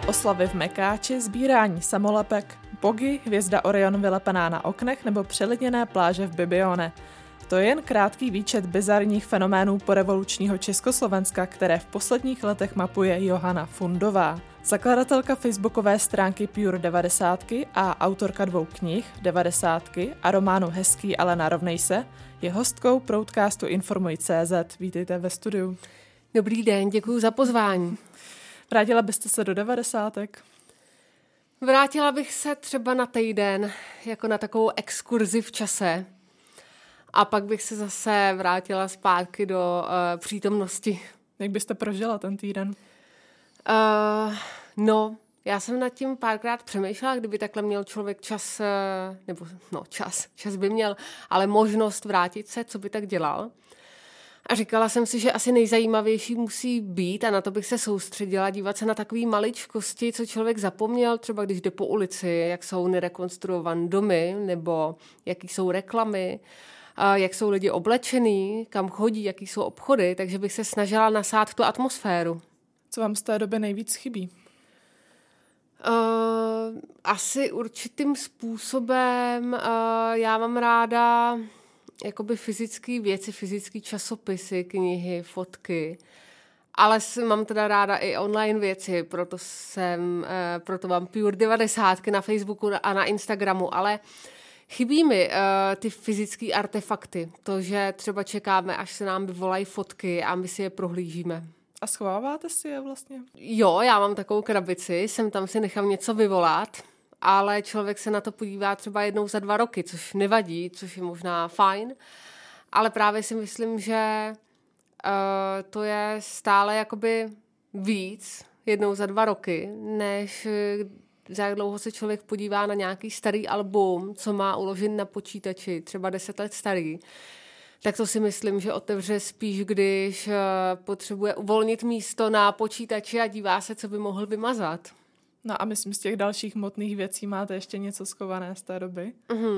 Oslavy v Mekáči, sbírání samolepek, bogy, hvězda Orion vylepená na oknech nebo přelidněné pláže v Bibione. To je jen krátký výčet bizarních fenoménů porevolučního Československa, které v posledních letech mapuje Johana Fundová. Zakladatelka facebookové stránky Pure 90 a autorka 2 knih, 90 a románu Hezký, ale narovnej se, je hostkou Proudcastu Informuj.cz. Vítejte ve studiu. Dobrý den, děkuji za pozvání. Vrátila byste se do 90? Vrátila bych se třeba na týden, jako na takovou exkurzi v čase. A pak bych se zase vrátila zpátky do přítomnosti. Jak byste prožila ten týden? Já jsem nad tím párkrát přemýšlela, kdyby takhle měl člověk čas, čas by měl, ale možnost vrátit se, co by tak dělal. A říkala jsem si, že asi nejzajímavější musí být, a na to bych se soustředila, dívat se na takové maličkosti, co člověk zapomněl, třeba když jde po ulici, jak jsou nerekonstruované domy, nebo jaký jsou reklamy, jak jsou lidi oblečený, kam chodí, jaký jsou obchody, takže bych se snažila nasát tu atmosféru. Co vám z té doby nejvíc chybí? Asi určitým způsobem. Já mám ráda jakoby fyzické věci, fyzické časopisy, knihy, fotky, ale mám teda ráda i online věci, proto mám Pure 90 na Facebooku a na Instagramu, ale chybí mi ty fyzické artefakty, to, že třeba čekáme, až se nám vyvolají fotky a my si je prohlížíme. A schováváte si je vlastně? Jo, já mám takovou krabici, sem tam si nechám něco vyvolat, ale člověk se na to podívá třeba jednou za 2 roky, což nevadí, což je možná fajn, ale právě si myslím, že to je stále jakoby víc jednou za 2 roky, než za jak dlouho se člověk podívá na nějaký starý album, co má uložen na počítači, třeba 10 let starý. Tak to si myslím, že otevře spíš, když potřebuje uvolnit místo na počítači a dívá se, co by mohl vymazat. No a myslím, z těch dalších hmotných věcí máte ještě něco schované z té doby?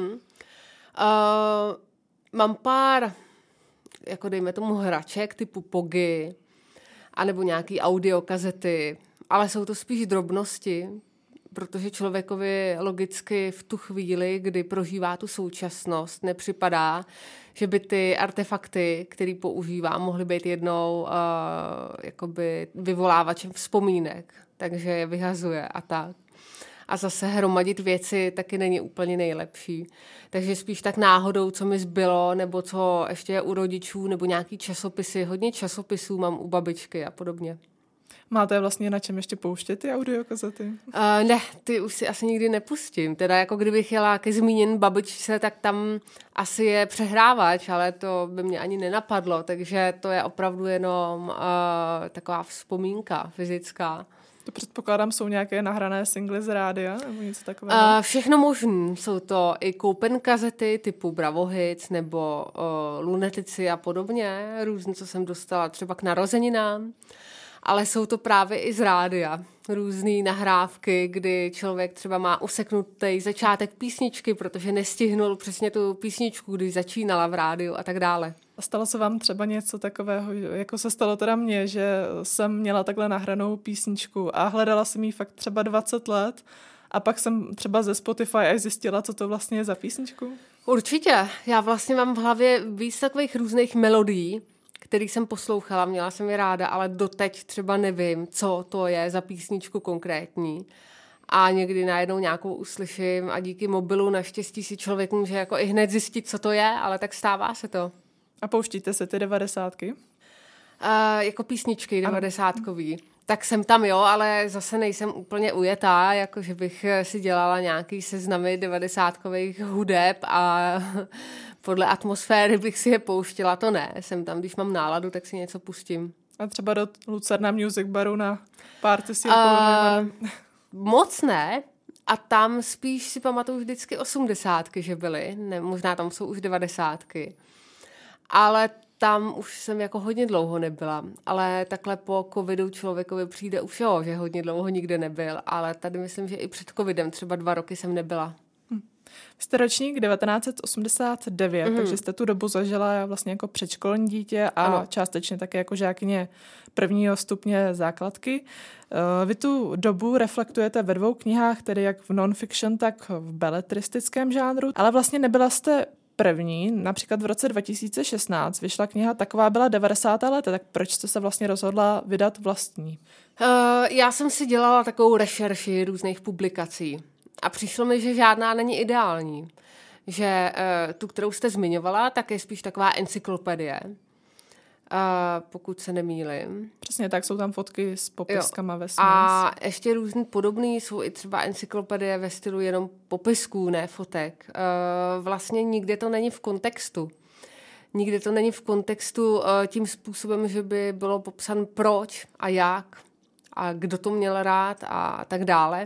Mám pár, jako dejme tomu hraček typu pogy, anebo nějaký audiokazety, ale jsou to spíš drobnosti, protože člověkovi logicky v tu chvíli, kdy prožívá tu současnost, nepřipadá, že by ty artefakty, které používá, mohly být jednou jakoby vyvolávačem vzpomínek, takže je vyhazuje a tak. A zase hromadit věci taky není úplně nejlepší. Takže spíš tak náhodou, co mi zbylo, nebo co ještě je u rodičů, nebo nějaký časopisy. Hodně časopisů mám u babičky a podobně. Máte vlastně na čem ještě pouštět ty audiokazety? Ne, ty už si asi nikdy nepustím. Teda jako kdybych jela ke zmíněn babičce, tak tam asi je přehrávač, ale to by mě ani nenapadlo, takže to je opravdu jenom taková vzpomínka fyzická. To předpokládám, jsou nějaké nahrané singly z rádia nebo něco takového? Všechno možné. Jsou to i koupen kazety typu Bravo Hits nebo Lunetici a podobně. Různě, co jsem dostala třeba k narozeninám. Ale jsou to právě i z rádia. Různý nahrávky, kdy člověk třeba má useknutý začátek písničky, protože nestihnul přesně tu písničku, když začínala v rádiu a tak dále. A stalo se vám třeba něco takového, jako se stalo teda mně, že jsem měla takhle nahranou písničku a hledala jsem ji fakt třeba 20 let a pak jsem třeba ze Spotify až zjistila, co to vlastně je za písničku? Určitě. Já vlastně mám v hlavě víc takových různých melodií, který jsem poslouchala, měla jsem je ráda, ale doteď třeba nevím, co to je za písničku konkrétní. A někdy najednou nějakou uslyším a díky mobilu naštěstí si člověk může jako i hned zjistit, co to je, ale tak stává se to. A pouštíte se ty 90? Jako písničky 90kový. Tak jsem tam, jo, ale zase nejsem úplně ujetá, jakože bych si dělala nějaký seznamy 90kových hudeb a podle atmosféry bych si je pouštěla, to ne. Jsem tam, když mám náladu, tak si něco pustím. A třeba do Lucerna Music Baru na party si Moc ne. A tam spíš si pamatuju vždycky 80, že byly. Ne, možná tam jsou už 90. Ale tam už jsem jako hodně dlouho nebyla. Ale takhle po covidu člověkovi přijde už že hodně dlouho nikde nebyl. Ale tady myslím, že i před covidem třeba 2 roky jsem nebyla. Jste ročník 1989, takže jste tu dobu zažila vlastně jako předškolní dítě a ano. částečně také jako žákyně prvního stupně základky. Vy tu dobu reflektujete ve 2 knihách, tedy jak v non-fiction, tak v beletristickém žánru, ale vlastně nebyla jste první. Například v roce 2016 vyšla kniha Taková byla 90. léta, tak proč jste se vlastně rozhodla vydat vlastní? Já jsem si dělala takovou rešerši různých publikací a přišlo mi, že žádná není ideální. Že tu, kterou jste zmiňovala, tak je spíš taková encyklopedie, pokud se nemýlim. Přesně tak, jsou tam fotky s popiskama ve směs. A ještě různý podobný jsou i třeba encyklopedie ve stylu jenom popisků, ne fotek. Vlastně nikde to není v kontextu. Nikde to není v kontextu tím způsobem, že by bylo popsan proč a jak a kdo to měl rád a tak dále.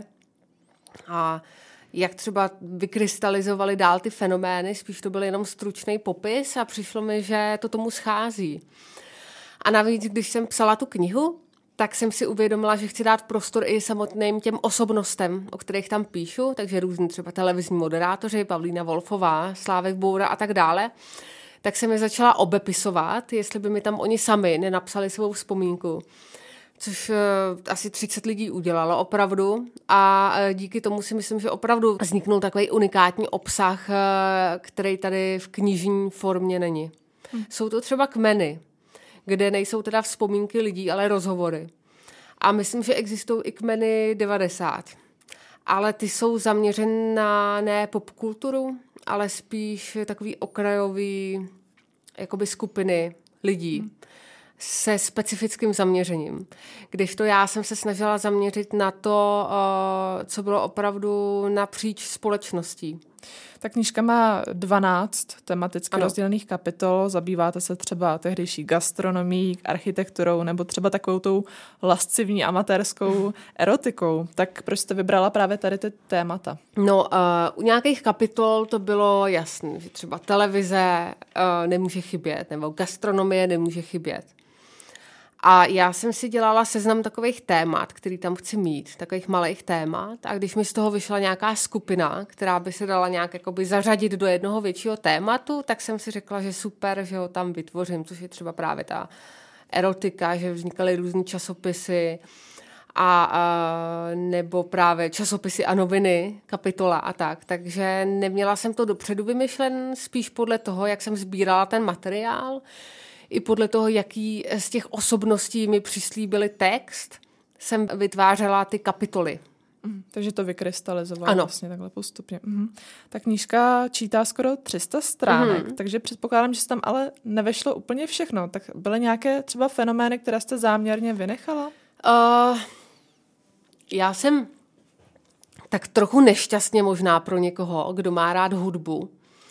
A jak třeba vykrystalizovali dál ty fenomény, spíš to byl jenom stručný popis a přišlo mi, že to tomu schází. A navíc, když jsem psala tu knihu, tak jsem si uvědomila, že chci dát prostor i samotným těm osobnostem, o kterých tam píšu, takže různí třeba televizní moderátoři, Pavlína Wolfová, Slávek Boura a tak dále, tak jsem je začala obepisovat, jestli by mi tam oni sami nenapsali svou vzpomínku. Což asi 30 lidí udělalo opravdu a díky tomu si myslím, že opravdu vzniknul takový unikátní obsah, který tady v knižní formě není. Jsou to třeba kmeny, kde nejsou teda vzpomínky lidí, ale rozhovory. A myslím, že existují i kmeny 90. Ale ty jsou zaměřené na ne popkulturu, ale spíš takový okrajový jakoby skupiny lidí se specifickým zaměřením. Kdežto já jsem se snažila zaměřit na to, co bylo opravdu napříč společností. Ta knížka má 12 tematicky rozdělených kapitol. Zabýváte se třeba tehdejší gastronomií, architekturou nebo třeba takovou tou lascivní amatérskou erotikou. Tak proč jste vybrala právě tady ty témata? No, u nějakých kapitol to bylo jasné, že třeba televize nemůže chybět, nebo gastronomie nemůže chybět. A já jsem si dělala seznam takových témat, který tam chci mít, takových malých témat. A když mi z toho vyšla nějaká skupina, která by se dala nějak jakoby zařadit do jednoho většího tématu, tak jsem si řekla, že super, že ho tam vytvořím, což je třeba právě ta erotika, že vznikaly různý časopisy a nebo právě časopisy a noviny, kapitola a tak. Takže neměla jsem to dopředu vymyšlen, spíš podle toho, jak jsem sbírala ten materiál, i podle toho, jaký z těch osobností mi přislíbili text, jsem vytvářela ty kapitoly. Takže to vykrystalizovalo vlastně takhle postupně. Ta knížka čítá skoro 300 stránek, takže předpokládám, že se tam ale nevešlo úplně všechno. Tak byly nějaké třeba fenomény, které jste záměrně vynechala? Já jsem tak trochu nešťastně možná pro někoho, kdo má rád hudbu.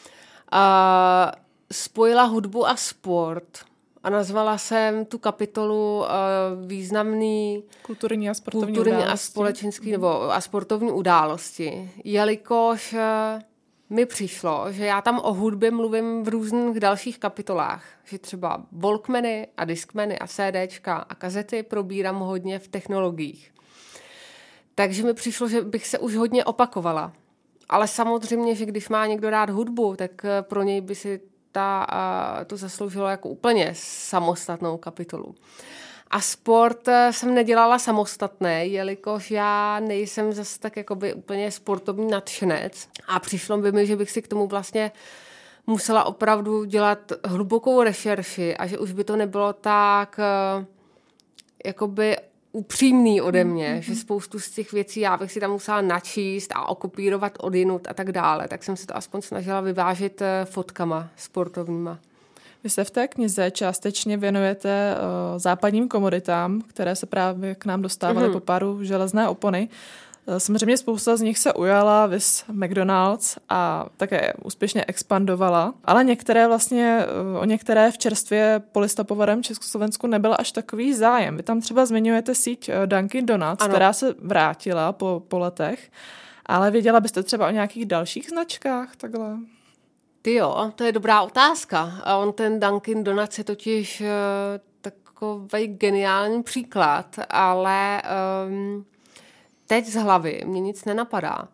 Spojila hudbu a sport a nazvala jsem tu kapitolu významný kulturní a společenský nebo a sportovní události, jelikož mi přišlo, že já tam o hudbě mluvím v různých dalších kapitolách, že třeba walkmany a diskmany a CDčka a kazety probírám hodně v technologiích. Takže mi přišlo, že bych se už hodně opakovala. Ale samozřejmě, že když má někdo rád hudbu, tak pro něj by si to zasloužilo jako úplně samostatnou kapitolu. A sport jsem nedělala samostatné, jelikož já nejsem zase tak jakoby úplně sportovní nadšenec a přišlo by mi, že bych si k tomu vlastně musela opravdu dělat hlubokou rešerši a že už by to nebylo tak jakoby upřímný ode mě, že spoustu z těch věcí já bych si tam musela načíst a okopírovat odjinud a tak dále. Tak jsem se to aspoň snažila vyvážit fotkama sportovníma. Vy se v té knize částečně věnujete západním komoditám, které se právě k nám dostávaly po páru železné opony. Samozřejmě spousta z nich se ujala, viz McDonald's, a také úspěšně expandovala, ale o některé v čerstvě polystopovém Československu nebyl až takový zájem. Vy tam třeba zmiňujete síť Dunkin Donuts, která se vrátila po letech, ale věděla byste třeba o nějakých dalších značkách takhle? Ty jo, to je dobrá otázka. A on ten Dunkin Donuts je totiž takový geniální příklad, ale teď z hlavy mě nic nenapadá.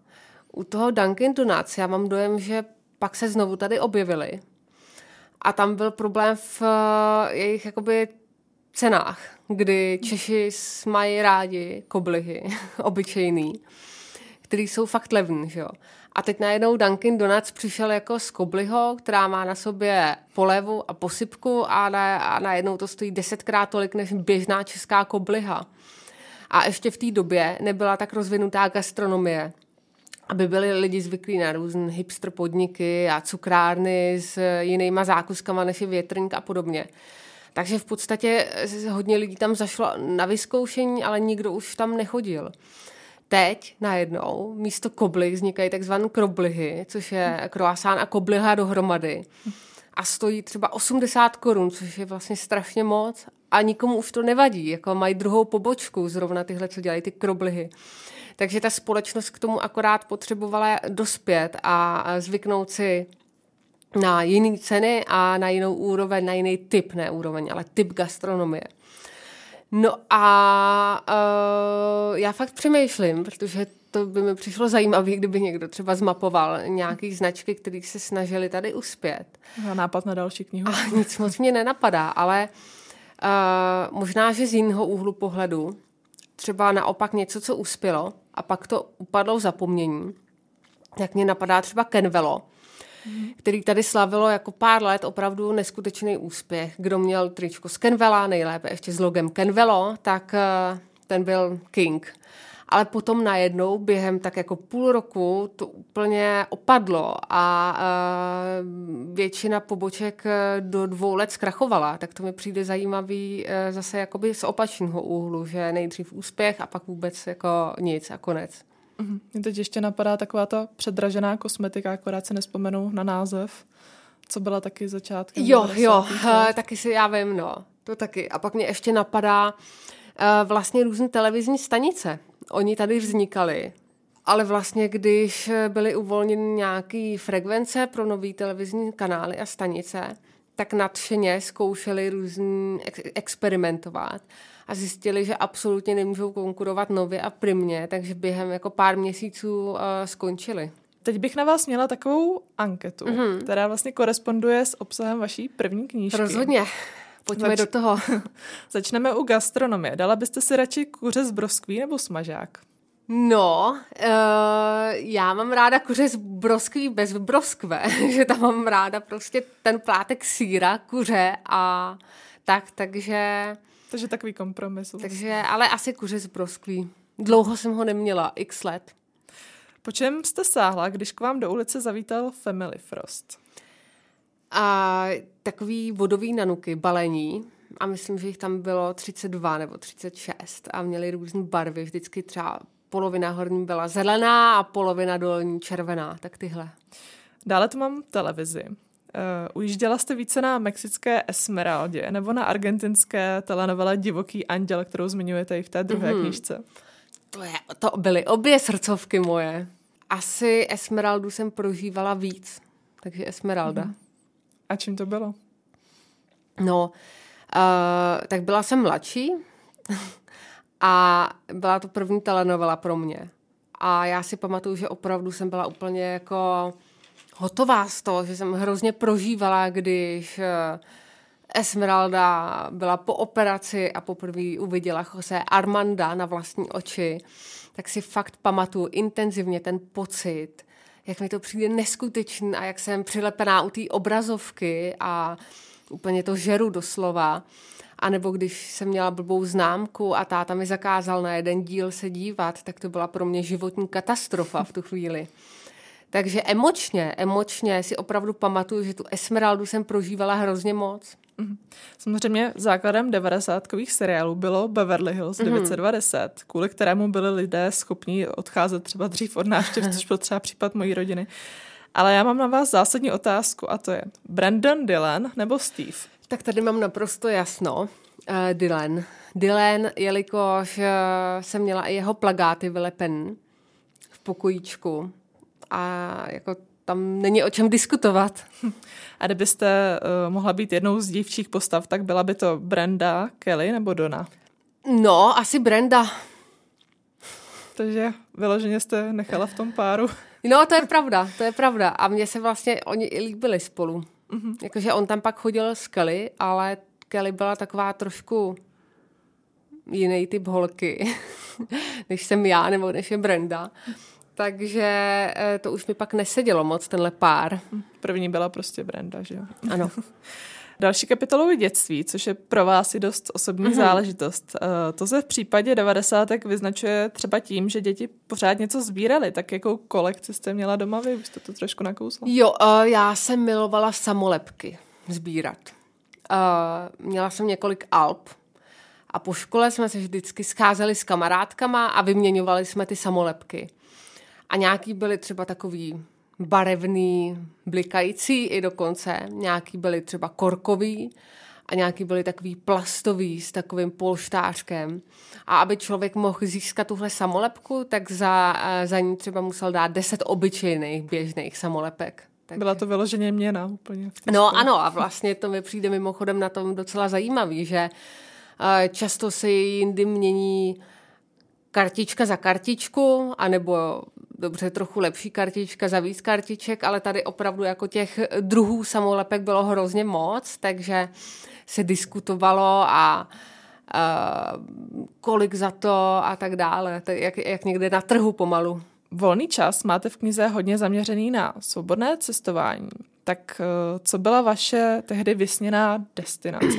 U toho Dunkin Donuts já mám dojem, že pak se znovu tady objevili. A tam byl problém v jejich jakoby cenách, kdy Češi mají rádi koblihy, obyčejný, který jsou fakt levný, že jo. A teď najednou Dunkin Donuts přišel jako z kobliho, která má na sobě polévu a posypku a najednou to stojí 10krát tolik než běžná česká kobliha. A ještě v té době nebyla tak rozvinutá gastronomie, aby byli lidi zvyklí na různé hipster podniky a cukrárny s jinýma zákuskama než je Větrník a podobně. Takže v podstatě hodně lidí tam zašlo na vyzkoušení, ale nikdo už tam nechodil. Teď najednou místo koblih vznikají takzvané kroblihy, což je croissant a kobliha dohromady. A stojí třeba 80 korun, což je vlastně strašně moc. A nikomu už to nevadí, jako mají druhou pobočku, zrovna tyhle, co dělají ty kroblihy. Takže ta společnost k tomu akorát potřebovala dospět a zvyknout si na jiné ceny a na jinou úroveň, na jiný typ, ne úroveň, ale typ gastronomie. No a já fakt přemýšlím, protože to by mi přišlo zajímavé, kdyby někdo třeba zmapoval nějaký značky, které se snažili tady uspět. Nápad na další knihu. A nic moc mě nenapadá, ale možná, že z jiného úhlu pohledu třeba naopak něco, co uspělo a pak to upadlo v zapomnění, tak mě napadá třeba Kenvelo, který tady slavilo jako pár let opravdu neskutečný úspěch. Kdo měl tričko z Kenvela, nejlépe ještě s logem Kenvelo, tak ten byl king. Ale potom najednou během tak jako půl roku to úplně opadlo a většina poboček do 2 let zkrachovala. Tak to mi přijde zajímavý zase jakoby z opačného úhlu, že nejdřív úspěch a pak vůbec jako nic a konec. Mě teď ještě napadá taková ta předražená kosmetika, akorát se nespomenu na název, co byla taky začátkem. Jo, taky si já vím, no, to taky. A pak mě ještě napadá vlastně různé televizní stanice. Oni tady vznikaly, ale vlastně když byly uvolněny nějaké frekvence pro nový televizní kanály a stanice, tak nadšeně zkoušeli různý experimentovat a zjistili, že absolutně nemůžou konkurovat Nově a Primě, takže během jako pár měsíců skončili. Teď bych na vás měla takovou anketu, která vlastně koresponduje s obsahem vaší první knížky. Rozhodně. Pojďme do toho. Začneme u gastronomie. Dala byste si radši kuře z broskví nebo smažák? No, já mám ráda kuře z broskví bez broskve, že tam mám ráda prostě ten plátek sýra, kuře a tak, takže... Takže takový kompromis. Takže, ale asi kuře z broskví. Dlouho jsem ho neměla, x let. Po čem jste sáhla, když k vám do ulice zavítal Family Frost? A takový vodový nanuky, balení. A myslím, že jich tam bylo 32 nebo 36 a měli různé barvy. Vždycky třeba polovina horní byla zelená a polovina dolní červená. Tak tyhle. Dále tu mám televizi. Ujížděla jste více na mexické Esmeraldě nebo na argentinské telenovele Divoký anděl, kterou zmiňujete i v té druhé knížce? To byly obě srdcovky moje. Asi Esmeraldu jsem prožívala víc. Takže Esmeralda. A čím to bylo? No, tak byla jsem mladší a byla to první telenovela pro mě. A já si pamatuju, že opravdu jsem byla úplně jako hotová z toho, že jsem hrozně prožívala, když Esmeralda byla po operaci a poprvé uviděla Jose Armanda na vlastní oči. Tak si fakt pamatuju intenzivně ten pocit, jak mi to přijde neskutečný a jak jsem přilepená u té obrazovky a úplně to žeru doslova. A nebo když jsem měla blbou známku a táta mi zakázal na jeden díl se dívat, tak to byla pro mě životní katastrofa v tu chvíli. Takže emočně si opravdu pamatuju, že tu Esmeraldu jsem prožívala hrozně moc. Samozřejmě základem 90kových seriálů bylo Beverly Hills 920, kvůli kterému byli lidé schopní odcházet třeba dřív od návštěv, což byl třeba případ mojí rodiny. Ale já mám na vás zásadní otázku a to je Brandon, Dylan nebo Steve? Tak tady mám naprosto jasno. Dylan, jelikož jsem měla i jeho plakáty vylepený v pokojíčku a jako tam není o čem diskutovat. A kdybyste mohla být jednou z dívčích postav, tak byla by to Brenda, Kelly nebo Donna? No, asi Brenda. Takže vyloženě jste nechala v tom páru. No, to je pravda. A mně se vlastně oni i líbili spolu. Jakože on tam pak chodil s Kelly, ale Kelly byla taková trošku jiný typ holky, než jsem já, nebo než je Brenda. Takže to už mi pak nesedělo moc, tenhle pár. První byla prostě Brenda, že jo? Ano. Další kapitolou je dětství, což je pro vás i dost osobní záležitost. To se v případě 90. vyznačuje třeba tím, že děti pořád něco sbíraly. Tak jakou kolekci jste měla doma vy? Už jste to trošku nakousla. Jo, já jsem milovala samolepky sbírat. Měla jsem několik alb a po škole jsme se vždycky scházeli s kamarádkama a vyměňovali jsme ty samolepky. A nějaký byly třeba takový barevný, blikající i dokonce. Nějaký byly třeba korkový a nějaký byly takový plastový s takovým polštářkem. A aby člověk mohl získat tuhle samolepku, tak za ní třeba musel dát 10 obyčejných běžných samolepek. Takže... Byla to vyloženě měna úplně. No ano, a vlastně to mi přijde mimochodem na tom docela zajímavý, že často se jindy mění kartička za kartičku, anebo dobře, trochu lepší kartička za víc kartiček, ale tady opravdu jako těch druhů samolepek bylo hrozně moc, takže se diskutovalo a kolik za to a tak dále, jak někde na trhu pomalu. Volný čas máte v knize hodně zaměřený na svobodné cestování. Tak co byla vaše tehdy vysněná destinace?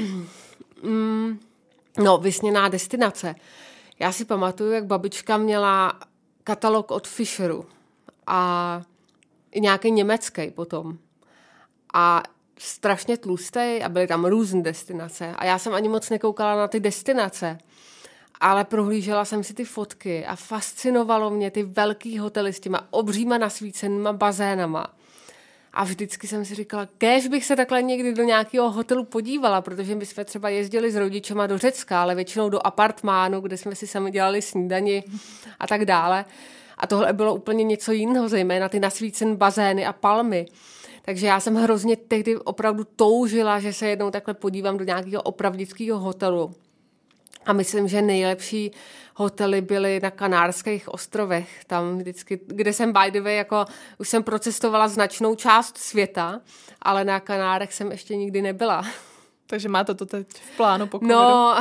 No, vysněná destinace. Já si pamatuju, jak babička měla katalog od Fischeru a i nějaký německý potom. A strašně tlustý a byly tam různé destinace. A já jsem ani moc nekoukala na ty destinace, ale prohlížela jsem si ty fotky a fascinovalo mě ty velký hotely s těma obříma nasvícenýma bazénama. A vždycky jsem si říkala, kéž bych se takhle někdy do nějakého hotelu podívala, protože my jsme třeba jezdili s rodičema do Řecka, ale většinou do apartmánu, kde jsme si sami dělali snídani a tak dále. A tohle bylo úplně něco jiného, zejména ty nasvícené bazény a palmy. Takže já jsem hrozně tehdy opravdu toužila, že se jednou takhle podívám do nějakého opravdického hotelu. A myslím, že nejlepší hotely byly na Kanárských ostrovech. Tam vždycky, kde jsem by the way, jako už jsem procestovala značnou část světa, ale na Kanárech jsem ještě nikdy nebyla. Takže máte to teď v plánu pokud? No,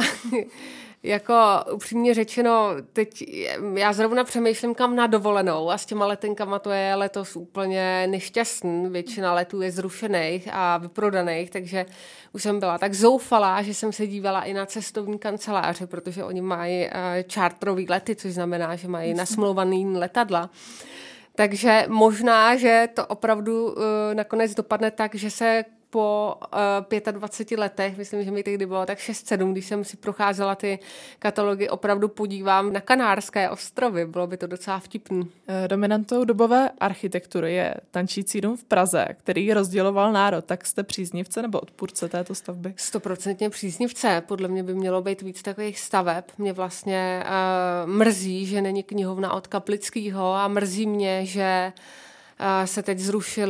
jako upřímně řečeno, teď já zrovna přemýšlím kam na dovolenou a s těma letenkama to je letos úplně nešťastný. Většina letů je zrušených a vyprodaných, takže už jsem byla tak zoufalá, že jsem se dívala i na cestovní kanceláře, protože oni mají charterový lety, což znamená, že mají nasmlouvaný letadla. Takže možná, že to opravdu nakonec dopadne tak, že se po 25 letech, myslím, že mi tehdy bylo tak 6-7, když jsem si procházela ty katalogy, opravdu podívám na Kanárské ostrovy. Bylo by to docela vtipný. Dominantou dobové architektury je Tančící dům v Praze, který rozděloval národ. Tak jste příznivce nebo odpůrce této stavby? 100% příznivce. Podle mě by mělo být víc takových staveb. Mě vlastně mrzí, že není knihovna od Kaplického a mrzí mě, že se teď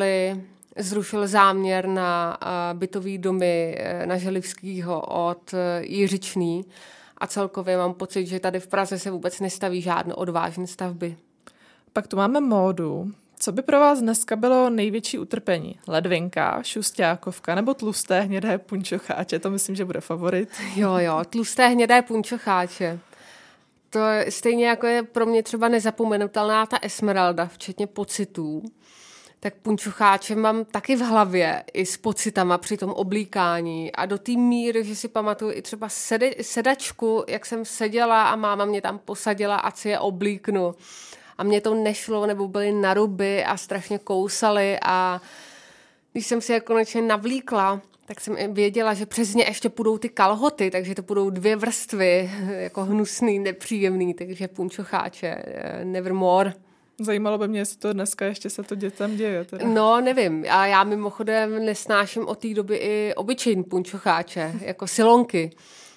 zrušil záměr na bytový domy na Želivskýho od Jiřičný a celkově mám pocit, že tady v Praze se vůbec nestaví žádné odvážné stavby. Pak tu máme módu. Co by pro vás dneska bylo největší utrpení? Ledvinka, šusťákovka nebo tlusté hnědé punčocháče? To myslím, že bude favorit. Jo, tlusté hnědé punčocháče. To je stejně jako je pro mě třeba nezapomenutelná ta Esmeralda, včetně pocitů. Tak punčocháče mám taky v hlavě i s pocitama při tom oblíkání a do té míry, že si pamatuju i třeba sedačku, jak jsem seděla a máma mě tam posadila, ať si je oblíknu. A mě to nešlo, nebo byly naruby a strašně kousaly a když jsem si je konečně navlíkla, tak jsem věděla, že přes ně ještě půjdou ty kalhoty, takže to budou 2 vrstvy, jako hnusný, nepříjemný, takže punčocháče, nevermore. Zajímalo by mě, jestli to dneska ještě se to dětem děje. Teda. No, nevím. A já mimochodem nesnáším od té doby i obyčejný punčocháče, jako silonky,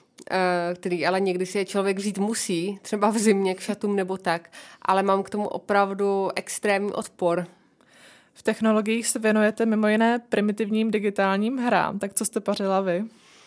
který ale někdy si je člověk vzít musí, třeba v zimě k šatům nebo tak, ale mám k tomu opravdu extrémní odpor. V technologiích se věnujete mimo jiné primitivním digitálním hrám, tak co jste pařila vy?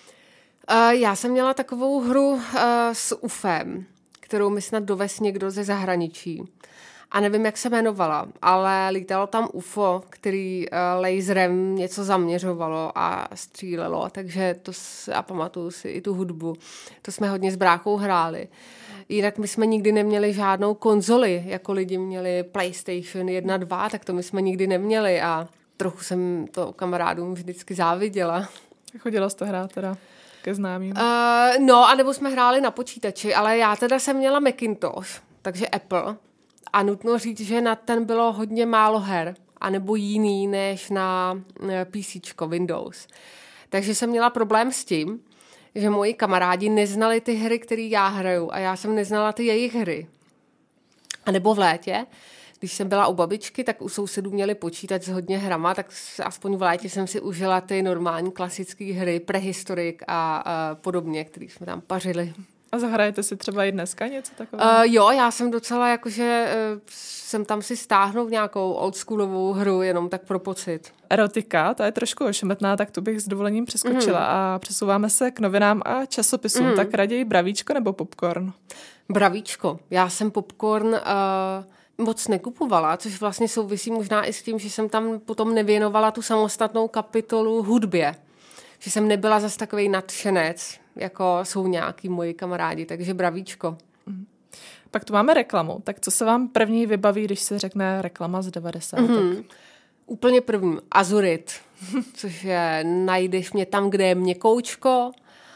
Já jsem měla takovou hru s UFem, kterou mi snad dovez někdo ze zahraničí. a nevím, jak se jmenovala, ale lítalo tam UFO, který laserem něco zaměřovalo a střílelo, takže a pamatuju si i tu hudbu. To jsme hodně s bráchou hráli. Jinak my jsme nikdy neměli žádnou konzoli, jako lidi měli PlayStation 1, 2, tak to my jsme nikdy neměli a trochu jsem to kamarádům vždycky záviděla. Chodila jste hrát teda ke známým? No, anebo jsme hráli na počítači, ale já teda jsem měla Macintosh, takže Apple. A nutno říct, že na ten bylo hodně málo her, anebo jiný než na PCčko, Windows. Takže jsem měla problém s tím, že moji kamarádi neznali ty hry, které já hraju a já jsem neznala ty jejich hry. A nebo v létě, když jsem byla u babičky, tak u sousedů měli počítač s hodně hrama, tak aspoň v létě jsem si užila ty normální klasické hry, prehistorik a podobně, které jsme tam pařili. A zahrajete si třeba i dneska něco takového? Jo, já jsem docela jakože jsem tam si stáhnout nějakou oldschoolovou hru, jenom tak pro pocit. Erotika, ta je trošku ošemetná, tak tu bych s dovolením přeskočila a přesouváme se k novinám a časopisům. Tak raději bravíčko nebo popcorn? Bravíčko. Já jsem popcorn moc nekupovala, což vlastně souvisí možná i s tím, že jsem tam potom nevěnovala tu samostatnou kapitolu hudbě. Že jsem nebyla zas takovej nadšenec, jako jsou nějaký moji kamarádi, takže bravíčko. Pak tu máme reklamu. Tak co se vám první vybaví, když se řekne reklama z 90? Úplně první. Azurit, což je najdeš mě tam, kde je měkoučko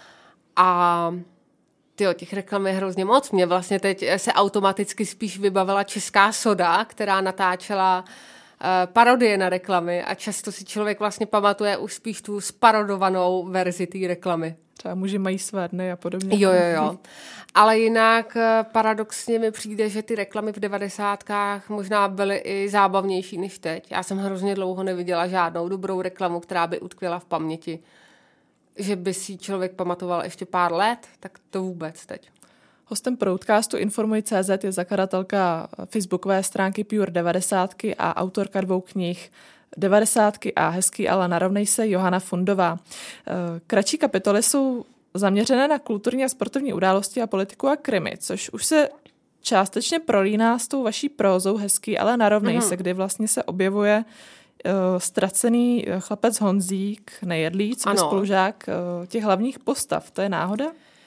a těch reklam je hrozně moc. Mě vlastně teď se automaticky spíš vybavila Česká soda, která natáčela parodie na reklamy a často si člověk vlastně pamatuje už spíš tu sparodovanou verzi té reklamy. Třeba muži mají své dny a podobně. Jo. Ale jinak paradoxně mi přijde, že ty reklamy v 90kách možná byly i zábavnější než teď. Já jsem hrozně dlouho neviděla žádnou dobrou reklamu, která by utkvěla v paměti. Že by si člověk pamatoval ještě pár let, tak to vůbec teď. Hostem podcastu Informuj.cz je zakladatelka facebookové stránky Pure 90 a autorka 2 knih 90 a Hezký, ale narovnej se Johana Fundová. Kratší kapitoly jsou zaměřené na kulturní a sportovní události a politiku a krimi, což už se částečně prolíná s tou vaší prózou Hezký, ale narovnej se, kdy vlastně se objevuje ztracený chlapec Honzík Nejedlý, co je spolužák těch hlavních postav. To je náhoda?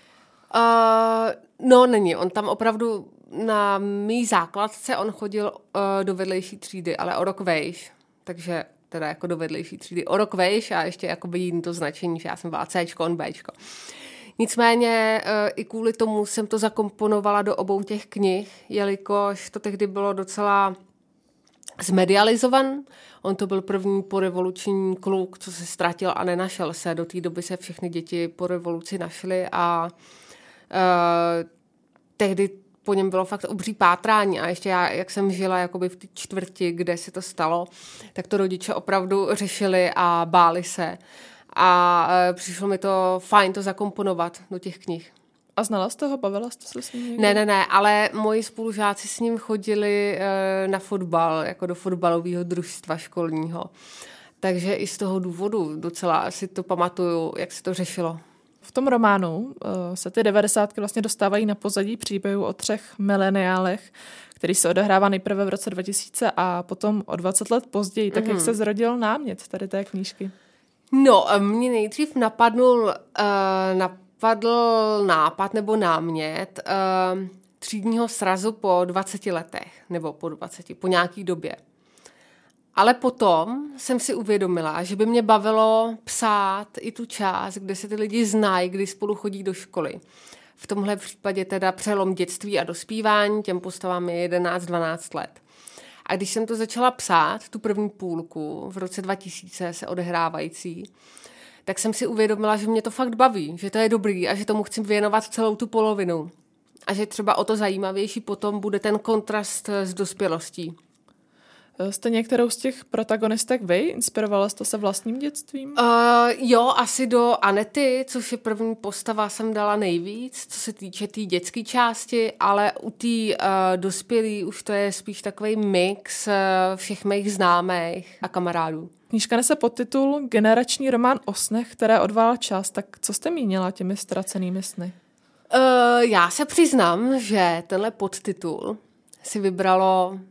No, není. On tam opravdu na mý základce on chodil do vedlejší třídy, ale o rok vejš. Takže teda jako do vedlejší třídy o rok vejš a ještě jakoby jiný to značení, že já jsem byla Cčko, on Bčko. Nicméně i kvůli tomu jsem to zakomponovala do obou těch knih, jelikož to tehdy bylo docela zmedializovan. On to byl první porevoluční kluk, co se ztratil a nenašel se. Do té doby se všechny děti po revoluci našly a tehdy po něm bylo fakt obří pátrání a ještě já, jak jsem žila jakoby v té čtvrti, kde se to stalo, tak to rodiče opravdu řešili a báli se. A přišlo mi to fajn to zakomponovat do těch knih. A znala jste ho? Bavila jste se s ním někdy? Ne, ale moji spolužáci s ním chodili na fotbal, jako do fotbalového družstva školního. Takže i z toho důvodu docela si to pamatuju, jak se to řešilo. V tom románu se ty 90 vlastně dostávají na pozadí příběhu o 3 mileniálech, který se odehrává nejprve v roce 2000 a potom o 20 let později. Tak jak se zrodil námět tady té knížky? No, mě nejdřív napadl nápad nebo námět třídního srazu po 20 letech, nebo po nějaký době. Ale potom jsem si uvědomila, že by mě bavilo psát i tu část, kde se ty lidi znají, kdy spolu chodí do školy. V tomhle případě teda přelom dětství a dospívání, těm postavám je 11-12 let. A když jsem to začala psát, tu první půlku, v roce 2000 se odehrávající, tak jsem si uvědomila, že mě to fakt baví, že to je dobrý a že tomu chci věnovat celou tu polovinu. A že třeba o to zajímavější potom bude ten kontrast s dospělostí. Jste některou z těch protagonistek vy? Inspirovala jste se vlastním dětstvím? Jo, asi do Anety, což je první postava, jsem dala nejvíc, co se týče té dětské části, ale u té dospělé už to je spíš takový mix všech mých známých a kamarádů. Knížka nese podtitul Generační román o snech, které odvál čas. Tak co jste mínila těmi ztracenými sny? Já se přiznám, že tenhle podtitul si vybralo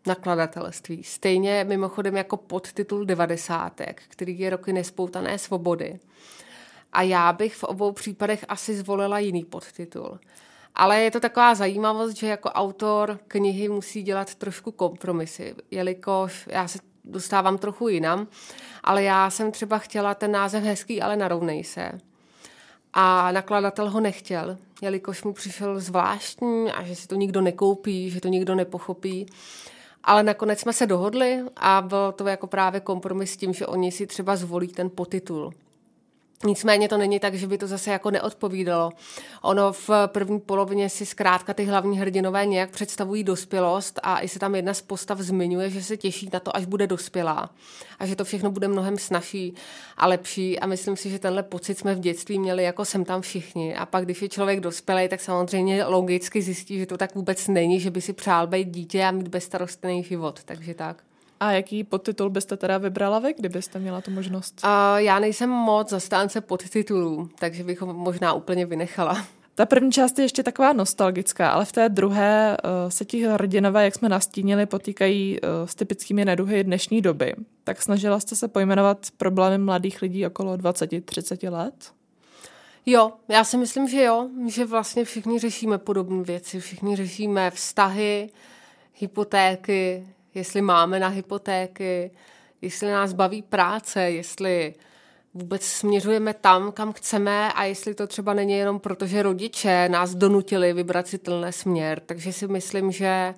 nakladatelství. Stejně mimochodem jako podtitul 90, který je Roky nespoutané svobody. A já bych v obou případech asi zvolila jiný podtitul. Ale je to taková zajímavost, že jako autor knihy musí dělat trošku kompromisy, jelikož já se dostávám trochu jinam, ale já jsem třeba chtěla ten název hezký, ale narovnej se. A nakladatel ho nechtěl, jelikož mu přišel zvláštní a že si to nikdo nekoupí, že to nikdo nepochopí. Ale nakonec jsme se dohodli a byl to jako právě kompromis s tím, že oni si třeba zvolí ten podtitul. Nicméně to není tak, že by to zase jako neodpovídalo. Ono v první polovině si zkrátka ty hlavní hrdinové nějak představují dospělost a i se tam jedna z postav zmiňuje, že se těší na to, až bude dospělá a že to všechno bude mnohem snazší a lepší a myslím si, že tenhle pocit jsme v dětství měli jako sem tam všichni a pak, když je člověk dospělý, tak samozřejmě logicky zjistí, že to tak vůbec není, že by si přál být dítě a mít bezstarostný život, takže tak. A jaký podtitul byste teda vybrala vy, kdybyste měla tu možnost? Já nejsem moc zastánce podtitulů, takže bych ho možná úplně vynechala. Ta první část je ještě taková nostalgická, ale v té druhé se ti hrdinové, jak jsme nastínili, potýkají s typickými neduhy dnešní doby. Tak snažila jste se pojmenovat problémy mladých lidí okolo 20-30 let? Jo, já si myslím, že jo, že vlastně všichni řešíme podobné věci, všichni řešíme vztahy, hypotéky, jestli máme na hypotéky, jestli nás baví práce, jestli vůbec směřujeme tam, kam chceme a jestli to třeba není jenom proto, že rodiče nás donutili vybrat si tenhle směr. Takže si myslím, že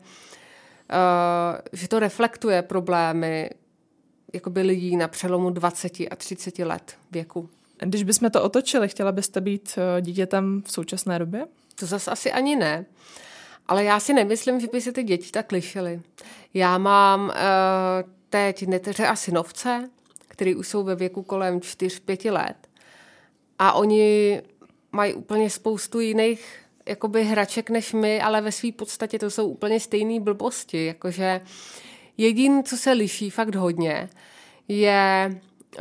to reflektuje problémy jakoby lidí na přelomu 20 a 30 let věku. Když bychom to otočili, chtěla byste být dítětem v současné době? To zase asi ani ne. Ale já si nemyslím, že by se ty děti tak lišily. Já mám teď neteře a synovce, který už jsou ve věku kolem 4-5 let. A oni mají úplně spoustu jiných jakoby hraček než my, ale ve své podstatě to jsou úplně stejné blbosti. Jakože jediné, co se liší fakt hodně, je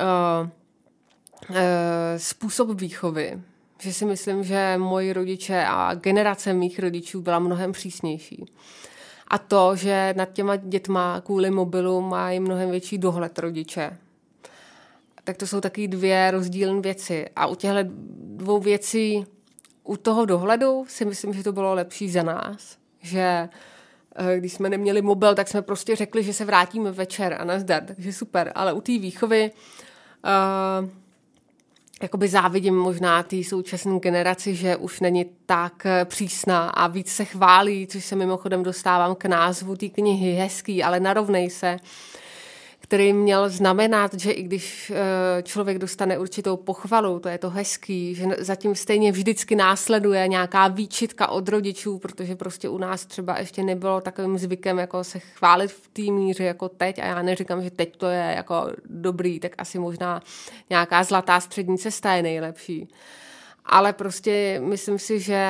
způsob výchovy. Že si myslím, že moji rodiče a generace mých rodičů byla mnohem přísnější. A to, že nad těma dětma kvůli mobilu mají mnohem větší dohled rodiče. Tak to jsou taky dvě rozdílné věci. A u těchto dvou věcí, u toho dohledu si myslím, že to bylo lepší za nás. Že když jsme neměli mobil, tak jsme prostě řekli, že se vrátíme večer a nazdar. Takže super. Ale u té výchovy jakoby závidím možná té současné generaci, že už není tak přísná a víc se chválí, což se mimochodem dostávám k názvu té knihy hezký, ale narovnej se, který měl znamenat, že i když člověk dostane určitou pochvalu, to je to hezký, že zatím stejně vždycky následuje nějaká výčitka od rodičů, protože prostě u nás třeba ještě nebylo takovým zvykem jako se chválit v té míře jako teď a já neříkám, že teď to je jako dobrý, tak asi možná nějaká zlatá střední cesta je nejlepší. Ale prostě myslím si, že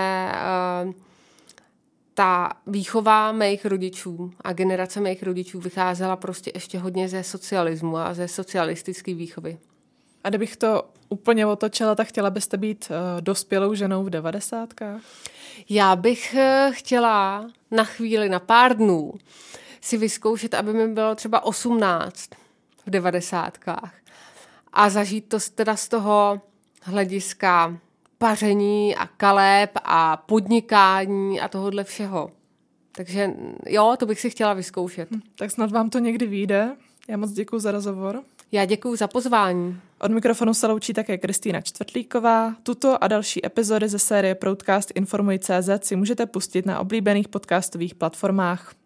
ta výchova mých rodičů a generace mých rodičů vycházela prostě ještě hodně ze socialismu a ze socialistické výchovy. A kdybych to úplně otočila, tak chtěla byste být dospělou ženou v 90kách? Já bych chtěla na chvíli, na pár dnů si vyzkoušet, aby mi bylo třeba 18 v 90kách a zažít to teda z toho hlediska paření a kaleb a podnikání a tohodle všeho. Takže jo, to bych si chtěla vyzkoušet. Tak snad vám to někdy vyjde. Já moc děkuju za rozhovor. Já děkuju za pozvání. Od mikrofonu se loučí také Kristýna Čtvrtlíková. Tuto a další epizody ze série Proudcast Informuj.cz si můžete pustit na oblíbených podcastových platformách.